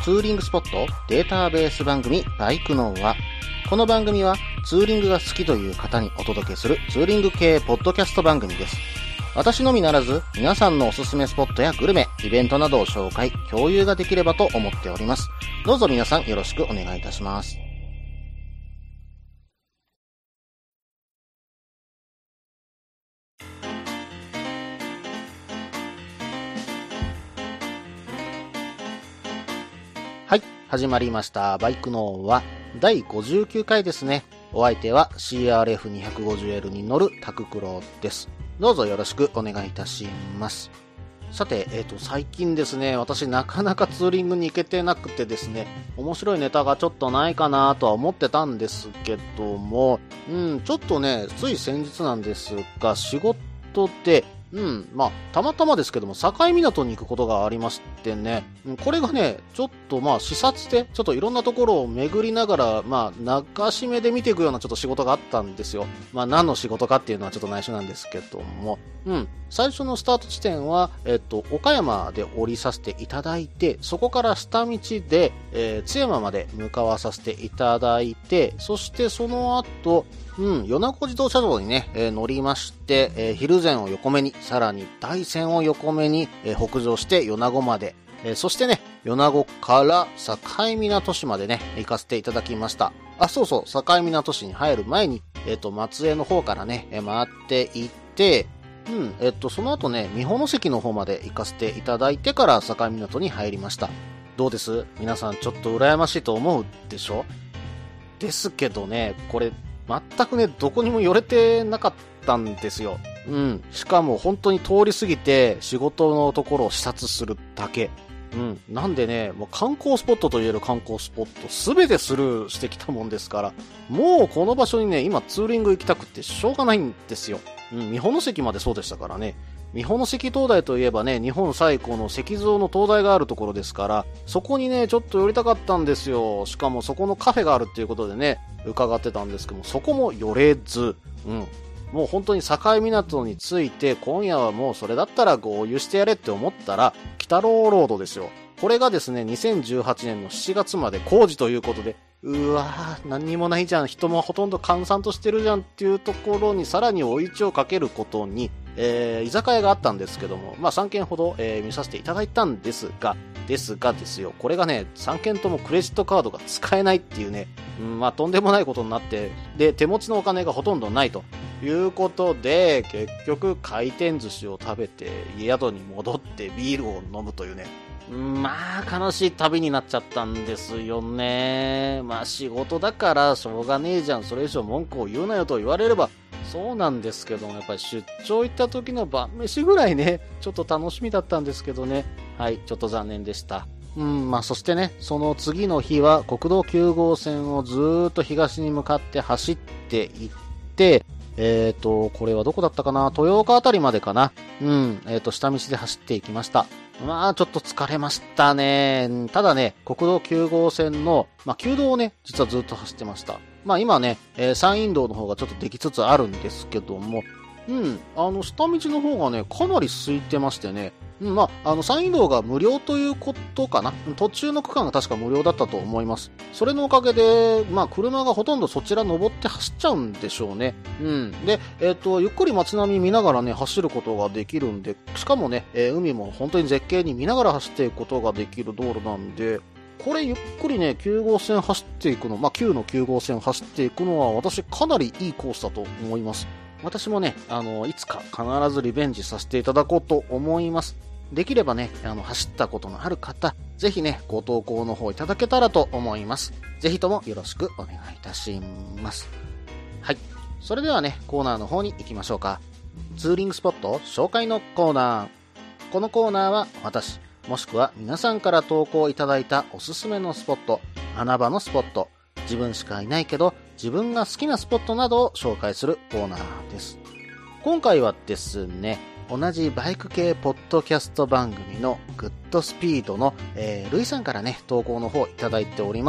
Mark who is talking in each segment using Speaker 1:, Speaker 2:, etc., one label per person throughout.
Speaker 1: ツーリングスポットデータベース番組バイクノーは、この番組はツーリングが好きという方にお届けするツーリング系ポッドキャスト番組です。私のみならず皆さんのおすすめスポットやグルメ、イベントなどを紹介、共有ができればと思っております。どうぞ皆さんよろしくお願いいたします。はい、始まりましたバイクノーは第59回ですね。お相手は CRF250L に乗るタククロです。どうぞよろしくお願いいたします。さて、最近ですね、私なかなかツーリングに行けてなくてですね、面白いネタがちょっとないかなとは思ってたんですけども、ちょっとね、つい先日なんですが、仕事で、たまたまですけども、境港に行くことがありましてね、これがね、ちょっと視察で、ちょっといろんなところを巡りながら、流し目で見ていくようなちょっと仕事があったんですよ。何の仕事かっていうのはちょっと内緒なんですけども、最初のスタート地点は、岡山で降りさせていただいて、そこから下道で、津山まで向かわさせていただいて、そしてその後、米子自動車道にね、乗りまして、蒜山を横目に、さらに大山を横目に、北上して米子まで、そしてね、米子から境港市までね、行かせていただきました。そうそう、境港市に入る前に、松江の方からね、回って行って、その後ね、三保関の方まで行かせていただいてから境港に入りました。どうです？皆さんちょっと羨ましいと思うでしょ？ですけどね、これ、全くね、どこにも寄れてなかったんですよ。しかも本当に通り過ぎて仕事のところを視察するだけ。なんでね、もう観光スポットといえる観光スポットすべてスルーしてきたもんですから、もうこの場所にね、今ツーリング行きたくってしょうがないんですよ。三保関までそうでしたからね。三保関灯台といえばね、日本最古の石造の灯台があるところですから、そこにね、ちょっと寄りたかったんですよ。しかもそこのカフェがあるっていうことでね、伺ってたんですけども、そこも寄れず、もう本当に境港に着いて、今夜はもうそれだったら合流してやれって思ったら、北郎ロードですよ。これがですね、2018年の7月まで工事ということで、何にもないじゃん、人もほとんど閑散としてるじゃんっていうところにさらに追い打ちをかけることに、居酒屋があったんですけども、3軒ほど、見させていただいたんですがですよ、これがね、3軒ともクレジットカードが使えないっていうね、とんでもないことになって、で、手持ちのお金がほとんどないということで、結局回転寿司を食べて、家宿に戻ってビールを飲むというね、悲しい旅になっちゃったんですよね。仕事だからしょうがねえじゃん、それ以上文句を言うなよと言われればそうなんですけども、やっぱり出張行った時の晩飯ぐらいね、ちょっと楽しみだったんですけどね。はい、ちょっと残念でした。そしてね、その次の日は国道9号線をずーっと東に向かって走っていって、これはどこだったかな、豊岡あたりまでかな。下道で走っていきました。ちょっと疲れましたね。ただね、国道9号線の、旧道をね、実はずっと走ってました。今ね、山陰道の方がちょっとできつつあるんですけども、下道の方がね、かなり空いてましてね、山陰道が無料ということかな。途中の区間が確か無料だったと思います。それのおかげで、車がほとんどそちら登って走っちゃうんでしょうね。で、ゆっくり街並み見ながらね、走ることができるんで、しかもね、海も本当に絶景に見ながら走っていくことができる道路なんで、これゆっくりね、9号線走っていくの、9の9号線走っていくのは私かなりいいコースだと思います。私もね、いつか必ずリベンジさせていただこうと思います。できればね、走ったことのある方、ぜひね、ご投稿の方いただけたらと思います。ぜひともよろしくお願いいたします。はい。それではね、コーナーの方に行きましょうか。ツーリングスポット紹介のコーナー。このコーナーは私、もしくは皆さんから投稿いただいたおすすめのスポット、穴場のスポット、自分しかいないけど自分が好きなスポットなどを紹介するコーナーです。今回はですね、同じバイク系ポッドキャスト番組のグッドスピードの、ルイさんからね、投稿の方いただいております。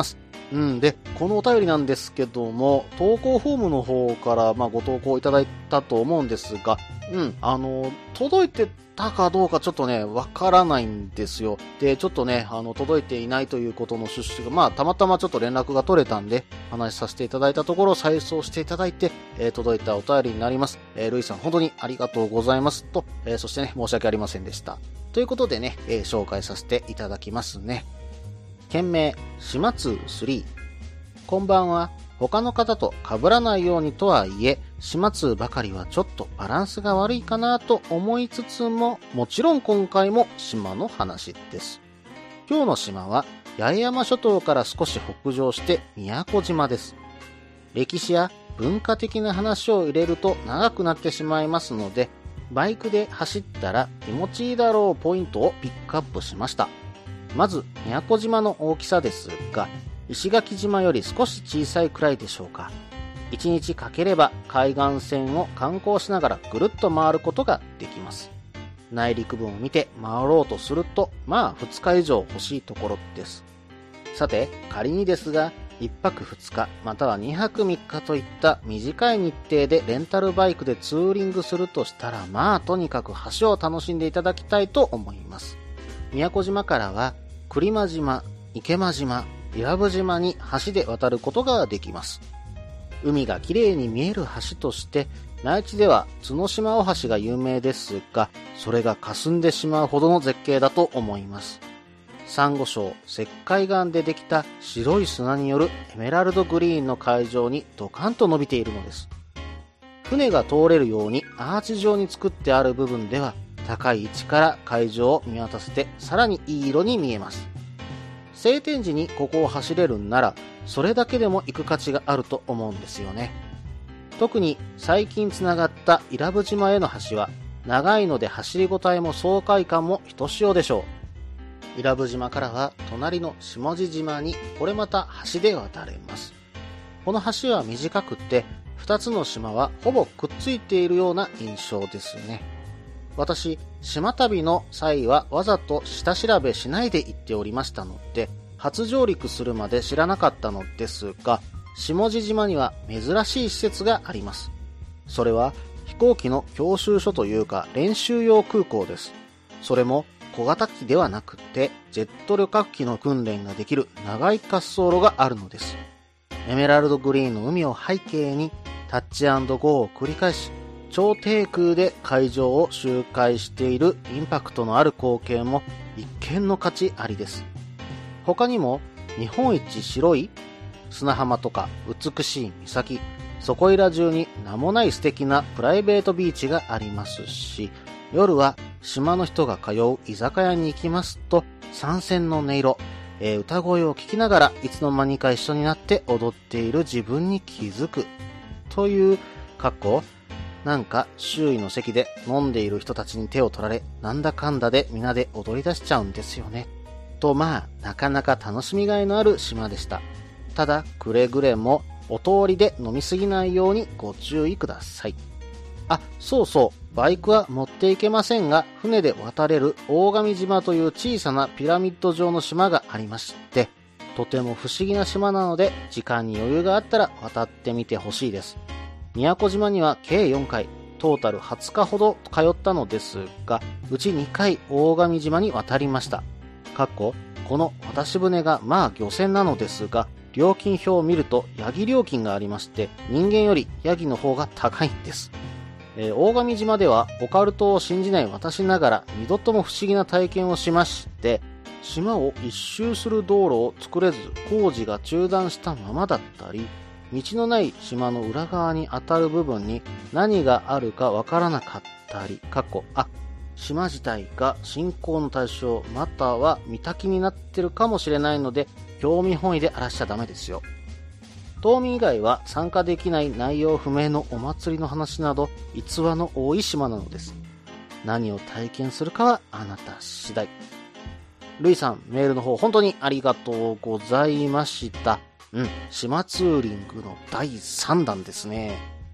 Speaker 1: で、このお便りなんですけども、投稿フォームの方から、ご投稿いただいたと思うんですが、届いてたかどうかちょっとね、わからないんですよ。で、ちょっとね、届いていないということの趣旨が、たまたまちょっと連絡が取れたんで、話させていただいたところ、再送していただいて、届いたお便りになります。ルイさん、本当にありがとうございますと、そしてね、申し訳ありませんでした。ということでね、紹介させていただきますね。件名、島津3。こんばんは。他の方と被らないようにとはいえ、島津ばかりはちょっとバランスが悪いかなと思いつつも、もちろん今回も島の話です。今日の島は、八重山諸島から少し北上して宮古島です。歴史や文化的な話を入れると長くなってしまいますので、バイクで走ったら気持ちいいだろうポイントをピックアップしました。まず、宮古島の大きさですが、石垣島より少し小さいくらいでしょうか。1日かければ海岸線を観光しながらぐるっと回ることができます。内陸部を見て回ろうとすると、2日以上欲しいところです。さて、仮にですが、1泊2日または2泊3日といった短い日程でレンタルバイクでツーリングするとしたら、とにかく橋を楽しんでいただきたいと思います。宮古島からは、来間島、池間島、伊良部島に橋で渡ることができます。海がきれいに見える橋として、内地では角島大橋が有名ですが、それが霞んでしまうほどの絶景だと思います。サンゴ礁、石灰岩でできた白い砂によるエメラルドグリーンの海上にドカンと伸びているのです。船が通れるようにアーチ状に作ってある部分では、高い位置から海上を見渡せてさらにいい色に見えます。晴天時にここを走れるんなら、それだけでも行く価値があると思うんですよね。特に最近つながった伊良部島への橋は、長いので走りごたえも爽快感もひとしおでしょう。伊良部島からは隣の下地島にこれまた橋で渡れます。この橋は短くて、2つの島はほぼくっついているような印象ですね。私、島旅の際はわざと下調べしないで行っておりましたので、初上陸するまで知らなかったのですが、下地島には珍しい施設があります。それは飛行機の教習所というか練習用空港です。それも小型機ではなくて、ジェット旅客機の訓練ができる長い滑走路があるのです。エメラルドグリーンの海を背景にタッチ&ゴーを繰り返し、超低空で海上を周回しているインパクトのある光景も一見の価値ありです。他にも日本一白い砂浜とか美しい岬、そこいら中に名もない素敵なプライベートビーチがありますし、夜は島の人が通う居酒屋に行きますと、三線の音色、歌声を聞きながらいつの間にか一緒になって踊っている自分に気づくというなんか周囲の席で飲んでいる人たちに手を取られ、なんだかんだで皆で踊り出しちゃうんですよね。となかなか楽しみがいのある島でした。ただくれぐれもお通りで飲みすぎないようにご注意ください。そうそう、バイクは持っていけませんが、船で渡れる大神島という小さなピラミッド状の島がありまして、とても不思議な島なので、時間に余裕があったら渡ってみてほしいです。宮古島には計4回、トータル20日ほど通ったのですが、うち2回大神島に渡りました。この渡し船が漁船なのですが、料金表を見るとヤギ料金がありまして、人間よりヤギの方が高いんです。大神島ではオカルトを信じない私ながら二度とも不思議な体験をしまして、島を一周する道路を作れず工事が中断したままだったり、道のない島の裏側に当たる部分に何があるかわからなかったり、島自体が信仰の対象または見た気になってるかもしれないので、興味本位で荒らしちゃダメですよ。島民以外は参加できない内容不明のお祭りの話など逸話の多い島なのです。何を体験するかはあなた次第。ルイさん、メールの方本当にありがとうございました。島ツーリングの第3弾ですね。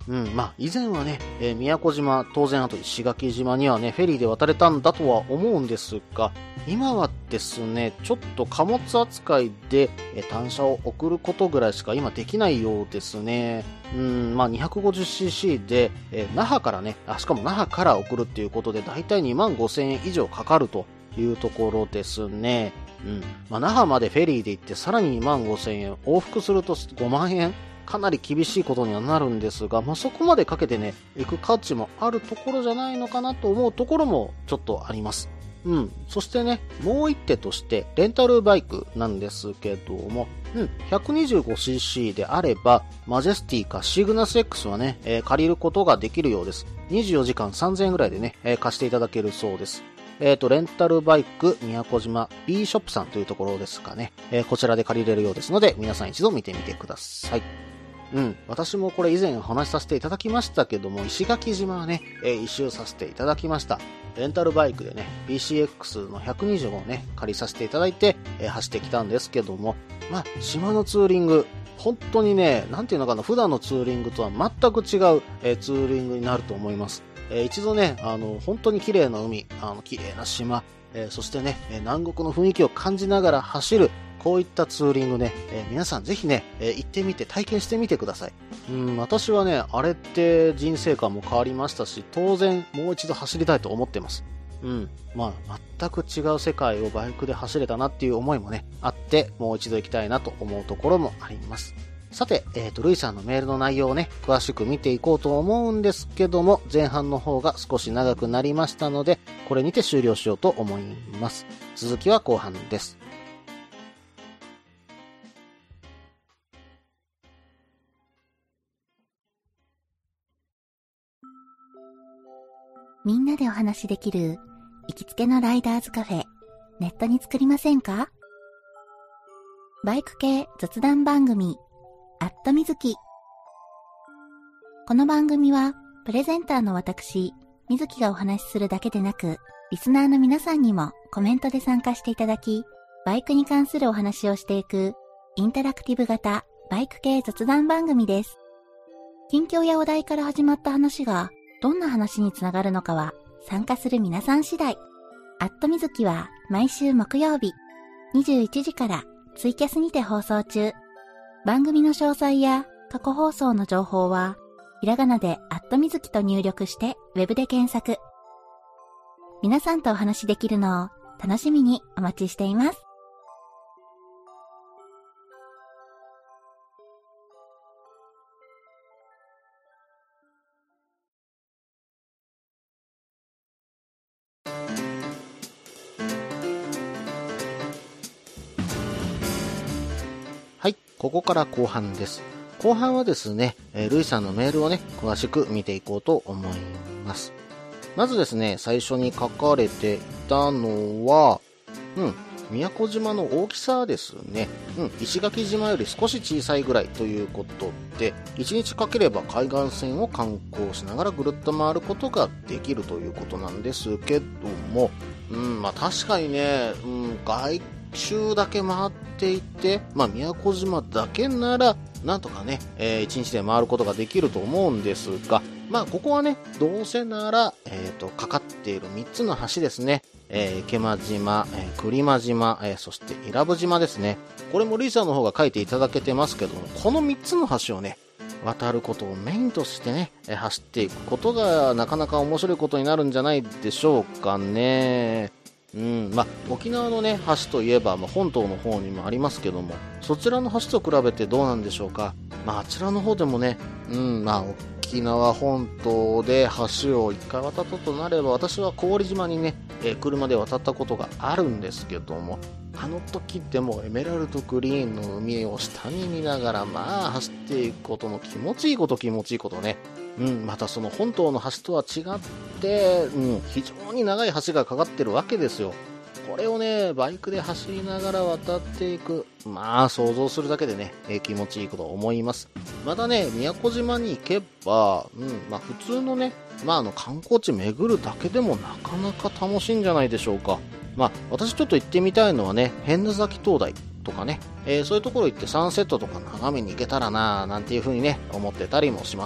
Speaker 1: 以前はね、宮古島、当然あと石垣島にはね、フェリーで渡れたんだとは思うんですが、今はですね、ちょっと貨物扱いで、単車を送ることぐらいしか今できないようですね。250cc で、那覇からね、しかも那覇から送るっていうことで、だいたい25,000円以上かかるというところですね。那覇までフェリーで行ってさらに25,000円、往復すると5万円、かなり厳しいことにはなるんですが、そこまでかけてね、行く価値もあるところじゃないのかなと思うところもちょっとあります。そしてね、もう一手として、レンタルバイクなんですけども、125cc であれば、マジェスティかシグナス X はね、借りることができるようです。24時間3000円ぐらいでね、貸していただけるそうです。レンタルバイク宮古島 B ショップさんというところですかね。こちらで借りれるようですので、皆さん一度見てみてください。私もこれ以前話させていただきましたけども、石垣島はね、一周させていただきました。レンタルバイクでね、BCX の125をね、借りさせていただいて、走ってきたんですけども、島のツーリング、本当にね、なんていうのかな、普段のツーリングとは全く違う、ツーリングになると思います。一度ね、本当に綺麗な海、綺麗な島、そしてね、南国の雰囲気を感じながら走る、こういったツーリングね、皆さんぜひね、行ってみて体験してみてください。私はね、あれって人生観も変わりましたし、当然もう一度走りたいと思ってます。全く違う世界をバイクで走れたなっていう思いもね、あって、もう一度行きたいなと思うところもあります。さて、ルイさんのメールの内容をね、詳しく見ていこうと思うんですけども、前半の方が少し長くなりましたので、これにて終了しようと思います。続きは後半です。
Speaker 2: みんなでお話しできる行きつけのライダーズカフェ、ネットに作りませんか？バイク系雑談番組、みずき。この番組はプレゼンターの私、みずきがお話しするだけでなく、リスナーの皆さんにもコメントで参加していただき、バイクに関するお話をしていくインタラクティブ型バイク系雑談番組です。近況やお題から始まった話がどんな話につながるのかは参加する皆さん次第。みずきは毎週木曜日21時からツイキャスにて放送中。番組の詳細や過去放送の情報はひらがなでみずきと入力してウェブで検索。皆さんとお話しできるのを楽しみにお待ちしています。
Speaker 1: はい、ここから後半です。後半はですね、ルイさんのメールをね、詳しく見ていこうと思います。まずですね、最初に書かれていたのは、宮古島の大きさですね。石垣島より少し小さいぐらいということで、1日かければ海岸線を観光しながらぐるっと回ることができるということなんですけども、確かにね、外周だけ回っていて、宮古島だけなら、なんとかね、1日で回ることができると思うんですが、ここはね、どうせなら、かかっている3つの橋ですね。池間島、来間島、そして伊良部島ですね。これもルイさんの方が書いていただけてますけども、この3つの橋をね、渡ることをメインとしてね、走っていくことがなかなか面白いことになるんじゃないでしょうかね。沖縄のね、橋といえば、本島の方にもありますけども、そちらの橋と比べてどうなんでしょうか。あちらの方でもね、沖縄本島で橋を一回渡ったとなれば、私は郡島にね、車で渡ったことがあるんですけども、あの時でもエメラルドグリーンの海を下に見ながら、走っていくことの気持ちいいことね、またその本島の橋とは違って、非常に長い橋がかかってるわけですよ。これをね、バイクで走りながら渡っていく。想像するだけでね、気持ちいいことを思います。またね、宮古島に行けば、普通のね、観光地巡るだけでもなかなか楽しいんじゃないでしょうか。私ちょっと行ってみたいのはね、変な崎灯台とかね、そういうところ行ってサンセットとか眺めに行けたらなぁ、なんていう風にね、思ってたりもします。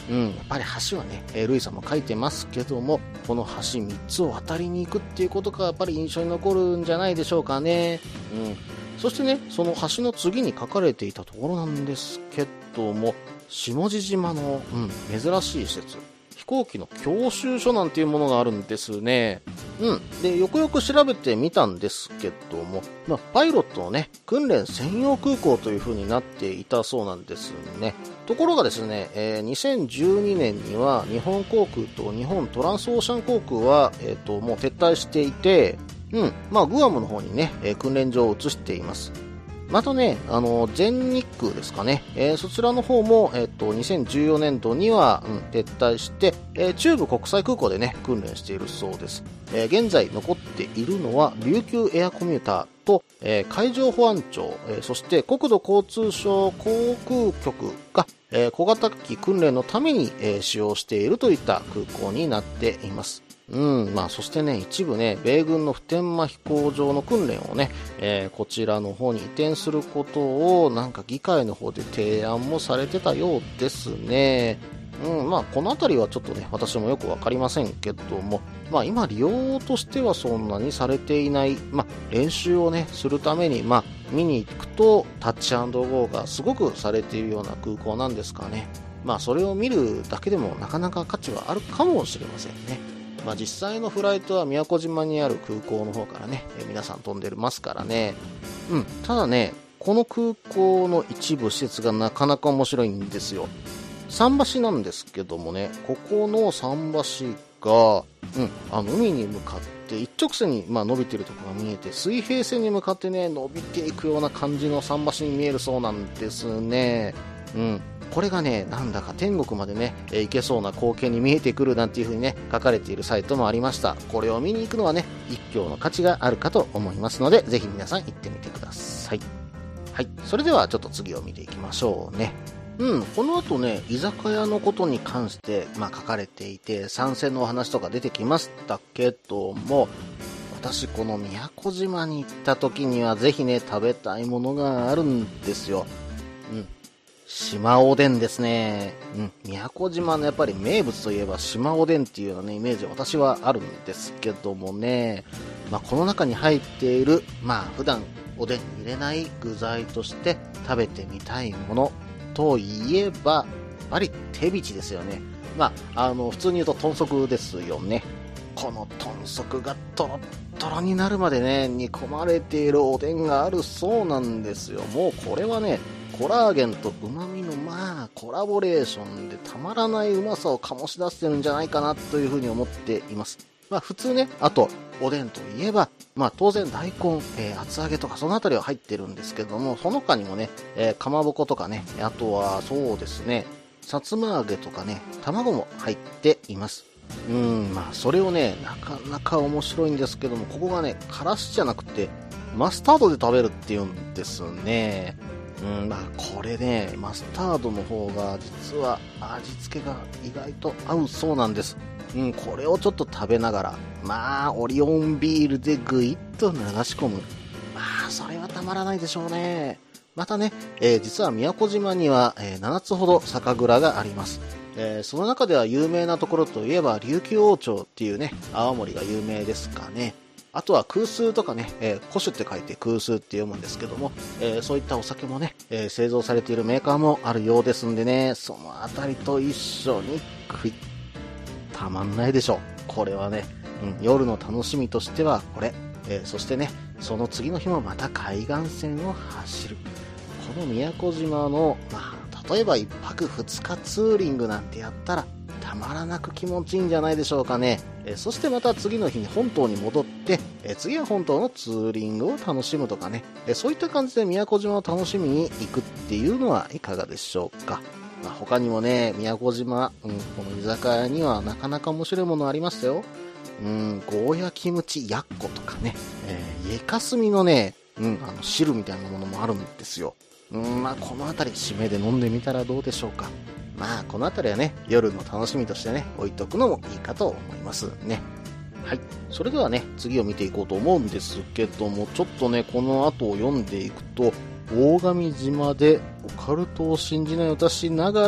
Speaker 1: やっぱり橋はね、ルイさんも書いてますけども、この橋3つを渡りに行くっていうことがやっぱり印象に残るんじゃないでしょうかね。そしてね、その橋の次に書かれていたところなんですけども、下地島の、珍しい施設、飛行機の教習所なんていうものがあるんですね。で、よくよく調べてみたんですけども、パイロットのね、訓練専用空港という風になっていたそうなんですね。ところがですね、2012年には日本航空と日本トランスオーシャン航空は、もう撤退していて、グアムの方にね、訓練場を移しています。またね、全日空ですかね、そちらの方も、2014年度には、撤退して、中部国際空港でね、訓練しているそうです。現在残っているのは、琉球エアコミューターと、海上保安庁、そして国土交通省航空局が、小型機訓練のために、使用しているといった空港になっています。そしてね、一部ね、米軍の普天間飛行場の訓練をね、こちらの方に移転することを、なんか議会の方で提案もされてたようですね。このあたりはちょっとね、私もよくわかりませんけども、今利用としてはそんなにされていない、練習をね、するために、見に行くと、タッチ&ゴーがすごくされているような空港なんですかね。それを見るだけでもなかなか価値はあるかもしれませんね。実際のフライトは宮古島にある空港の方からね、皆さん飛んでますからね。ただね、この空港の一部施設がなかなか面白いんですよ。桟橋なんですけどもね、ここの桟橋が、海に向かって一直線に、伸びてるところが見えて、水平線に向かってね、伸びていくような感じの桟橋に見えるそうなんですね。これがね、なんだか天国までね、行けそうな光景に見えてくるなんていう風にね、書かれているサイトもありました。これを見に行くのはね、一興の価値があるかと思いますので、ぜひ皆さん行ってみてください。はい。それではちょっと次を見ていきましょうね。この後ね、居酒屋のことに関して、書かれていて、参戦のお話とか出てきましたけども、私この宮古島に行った時にはぜひね、食べたいものがあるんですよ。島おでんですね。宮古島のやっぱり名物といえば島おでんっていうようなね、イメージ私はあるんですけどもね。この中に入っている、普段おでんに入れない具材として食べてみたいものといえば、やっぱり手びちですよね。普通に言うと豚足ですよね。この豚足がトロットロになるまでね、煮込まれているおでんがあるそうなんですよ。もうこれはね、コラーゲンと旨味のコラボレーションでたまらないうまさを醸し出してるんじゃないかなというふうに思っています。普通ね、あとおでんといえば、当然大根、厚揚げとかそのあたりは入ってるんですけども、その他にもね、かまぼことかね、あとはそうですね、さつま揚げとかね、卵も入っています。それをね、なかなか面白いんですけども、ここがね、からしじゃなくてマスタードで食べるっていうんですね。これね、マスタードの方が実は味付けが意外と合うそうなんです。これをちょっと食べながら、オリオンビールでぐいっと流し込む。それはたまらないでしょうね。またね、実は宮古島には、7つほど酒蔵があります。その中では有名なところといえば琉球王朝っていうね、泡盛が有名ですかね。あとは空数とかね、古酒って書いて空数って読むんですけども、そういったお酒もね、製造されているメーカーもあるようですんでね、そのあたりと一緒にたまんないでしょう。これはね、夜の楽しみとしてはこれ、そしてね、その次の日もまた海岸線を走る。この宮古島の、例えば1泊2日ツーリングなんてやったらたまらなく気持ちいいんじゃないでしょうかね。そしてまた次の日に本島に戻って、次は本島のツーリングを楽しむとかね、そういった感じで宮古島を楽しみに行くっていうのはいかがでしょうか。他にもね、宮古島、この居酒屋にはなかなか面白いものありましたよ。ゴーヤキムチヤッコとかね、イカスミのね、汁みたいなものもあるんですよ。このあたり締めで飲んでみたらどうでしょうか。このあたりはね、夜の楽しみとしてね、置いとくのもいいかと思いますね。はい。それではね、次を見ていこうと思うんですけども、ちょっとね、この後を読んでいくと、大神島でオカルトを信じない私ながら、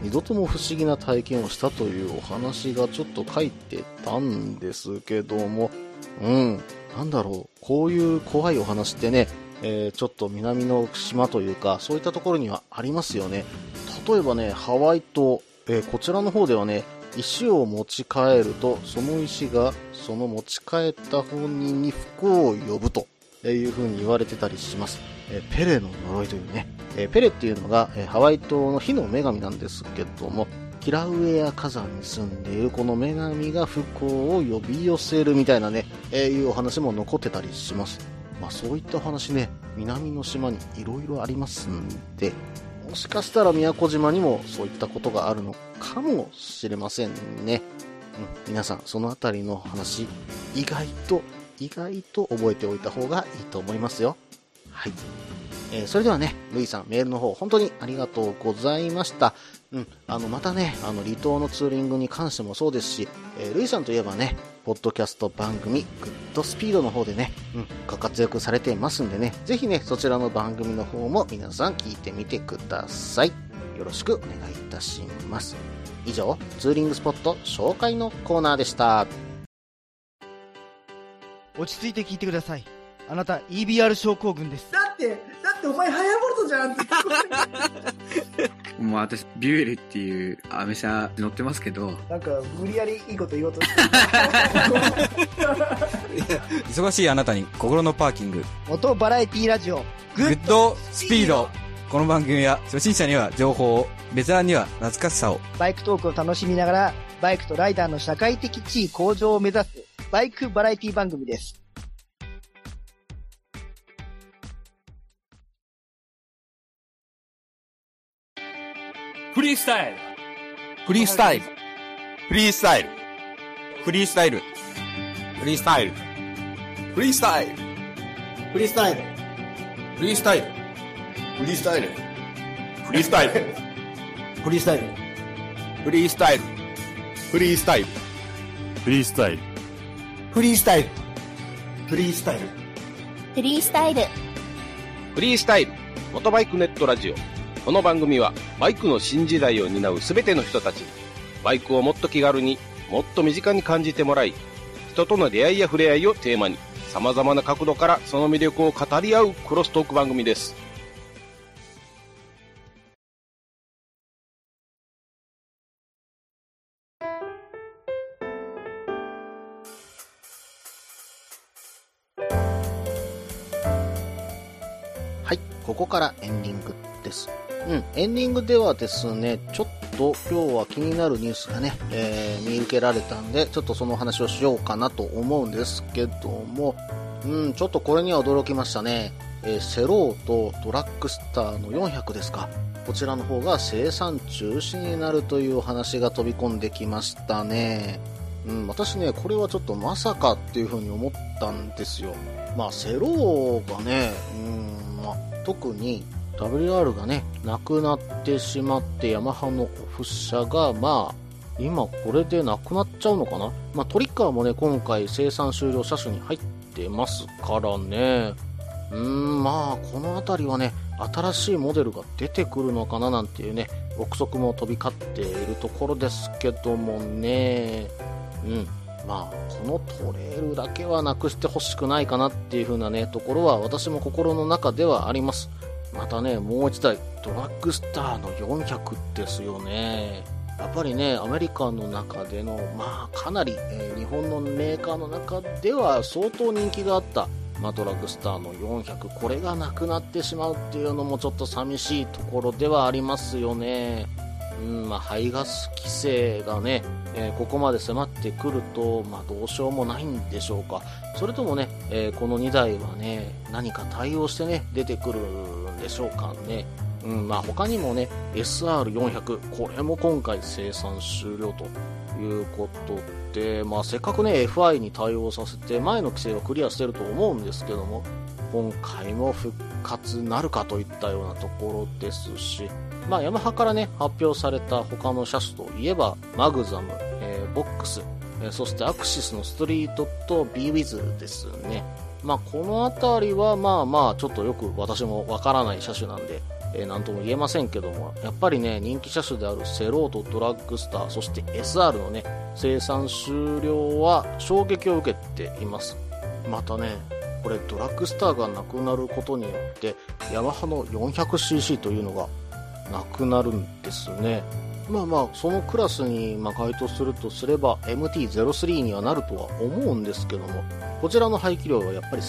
Speaker 1: 二度とも不思議な体験をしたというお話がちょっと書いてたんですけども、なんだろう、こういう怖いお話ってね、ちょっと南の島というか、そういったところにはありますよね。例えばね、ハワイ島、こちらの方ではね、石を持ち帰ると、その石がその持ち帰った本人に不幸を呼ぶという風に言われてたりします。ペレの呪いというね、ペレっていうのが、ハワイ島の火の女神なんですけども、キラウエア火山に住んでいるこの女神が不幸を呼び寄せるみたいなね、いうお話も残ってたりします。まあそういったお話ね、南の島にいろいろありますんで、もしかしたら宮古島にもそういったことがあるのかもしれませんね。皆さんそのあたりの話、意外と覚えておいた方がいいと思いますよ。はい。それではね、ルイさんメールの方本当にありがとうございました。またね、離島のツーリングに関してもそうですし、ルイさんといえばね、ポッドキャスト番組グッドスピードの方でね、ご活躍されてますんでね、ぜひね、そちらの番組の方も皆さん聞いてみてください。よろしくお願いいたします。以上、ツーリングスポット紹介のコーナーでした。
Speaker 3: 落ち着いて聞いてください。あなた EBR 症候群です。
Speaker 4: だってお前ハヤボルトじゃんって
Speaker 5: もう私ビュエルっていうアメ車乗ってますけど、
Speaker 4: なんか無理やりいいこと言おうとして
Speaker 6: 忙しいあなたに心のパーキング、
Speaker 3: 元バラエティラジオ
Speaker 6: グッドスピード。この番組は初心者には情報を、ベテランには懐かしさを、
Speaker 3: バイクトークを楽しみながらバイクとライダーの社会的地位向上を目指すバイクバラエティ番組です。
Speaker 7: フリースタイル、
Speaker 6: フリースタイル、
Speaker 7: フリースタイル、
Speaker 6: フリースタイル、
Speaker 7: フリースタイル、フリースタイル、
Speaker 4: フリースタイル
Speaker 7: フリースタイル、フリースタイル、フリースタイル、
Speaker 4: フリースタイル
Speaker 7: フリースタイル、フリースタイル、フリースタイル、
Speaker 4: フリースタイルフリースタイル
Speaker 2: フリースタイル。
Speaker 8: フリースタイルモトバイクネットラジオ。この番組はバイクの新時代を担うすべての人たちにバイクをもっと気軽にもっと身近に感じてもらい、人との出会いや触れ合いをテーマに様々な角度からその魅力を語り合うクロストーク番組です。
Speaker 1: はい、ここからエンディングです。エンディングではですね、ちょっと今日は気になるニュースがね、見受けられたんで、ちょっとその話をしようかなと思うんですけども、ちょっとこれには驚きましたね。セローとドラッグスターの400ですか。こちらの方が生産中止になるというお話が飛び込んできましたね。私ね、これはちょっとまさかっていう風に思ったんですよ。セローがね、特にWR がね、なくなってしまって、ヤマハのオフ車が、今これでなくなっちゃうのかな。トリッカーもね、今回生産終了車種に入ってますからね。このあたりはね、新しいモデルが出てくるのかななんていうね、憶測も飛び交っているところですけどもね。このトレールだけはなくしてほしくないかなっていう風なね、ところは私も心の中ではあります。またね、もう一台ドラッグスターの400ですよね。やっぱりね、アメリカの中でのかなり、日本のメーカーの中では相当人気があったドラッグスターの400、これがなくなってしまうっていうのもちょっと寂しいところではありますよね。排ガス規制がね、ここまで迫ってくると、どうしようもないんでしょうか。それともね、この2台はね、何か対応してね、出てくるんでしょうかね。他にもね、SR400、これも今回生産終了ということで、せっかくね、FI に対応させて、前の規制はクリアしてると思うんですけども、今回も復活なるかといったようなところですし、ヤマハからね、発表された他の車種といえば、マグザム、ボックス、そしてアクシスのストリートと B ウィズですね。このあたりはちょっとよく私もわからない車種なんで、 なんとも言えませんけども、やっぱりね、人気車種であるセロート、ドラッグスター、そして SR のね、生産終了は衝撃を受けています。またね、これドラッグスターがなくなることによって、ヤマハの 400cc というのがなくなるんですね。そのクラスに該当するとすれば MT-03 にはなるとは思うんですけども、こちらの排気量はやっぱり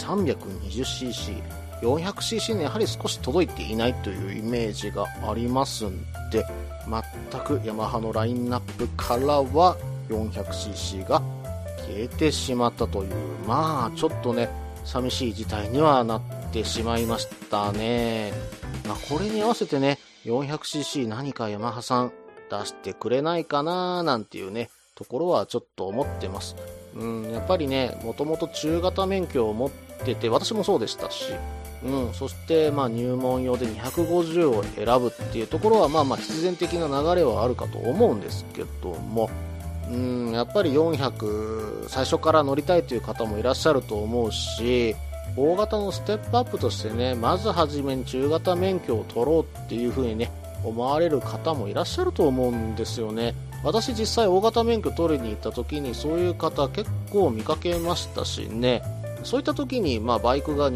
Speaker 1: 320cc、400cc にやはり少し届いていないというイメージがありますんで、全くヤマハのラインナップからは 400cc が消えてしまったという、ちょっとね、寂しい事態にはなってしまいましたね。これに合わせてね、400cc 何かヤマハさん出してくれないかななんていうね、ところはちょっと思ってます。やっぱりね、もともと中型免許を持ってて、私もそうでしたし、そして入門用で250を選ぶっていうところは必然的な流れはあるかと思うんですけども、やっぱり400最初から乗りたいという方もいらっしゃると思うし、大型のステップアップとしてね、まずはじめに中型免許を取ろうっていう風にね、思われる方もいらっしゃると思うんですよね。私実際大型免許取りに行った時にそういう方結構見かけましたしね。そういった時にバイクが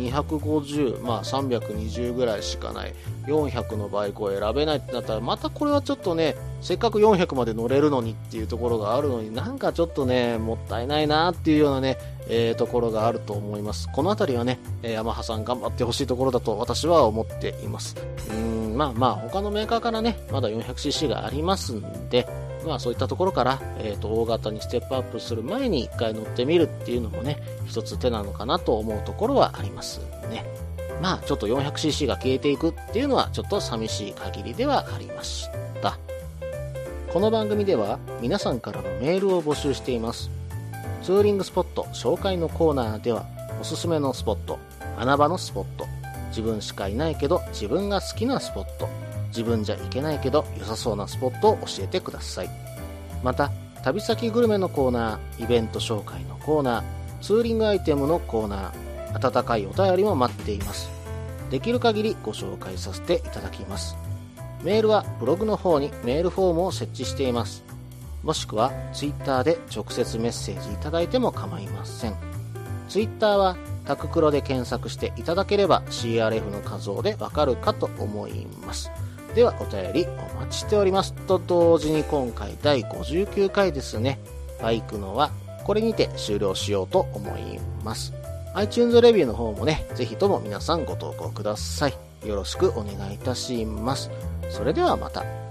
Speaker 1: 250、320ぐらいしかない400のバイクを選べないってなったら、またこれはちょっとね、せっかく400まで乗れるのにっていうところがあるのに、なんかちょっとね、もったいないなっていうようなね、ところがあると思います。このあたりはね、ヤマハさん頑張ってほしいところだと私は思っています。他のメーカーからね、まだ 400cc がありますんで、そういったところから、大型にステップアップする前に一回乗ってみるっていうのもね、一つ手なのかなと思うところはありますね。ちょっと 400cc が消えていくっていうのはちょっと寂しい限りではありました。この番組では皆さんからのメールを募集しています。ツーリングスポット紹介のコーナーでは、おすすめのスポット、穴場のスポット、自分しかいないけど自分が好きなスポット、自分じゃ行けないけど良さそうなスポットを教えてください。また、旅先グルメのコーナー、イベント紹介のコーナー、ツーリングアイテムのコーナー、温かいお便りも待っています。できる限りご紹介させていただきます。メールはブログの方にメールフォームを設置しています。もしくはツイッターで直接メッセージいただいても構いません。ツイッターはタククロで検索していただければ CRF の画像でわかるかと思います。ではお便りお待ちしております。と同時に今回第59回ですね、バイクのはこれにて終了しようと思います。iTunes レビューの方もね、ぜひとも皆さんご投稿ください。よろしくお願いいたします。それではまた。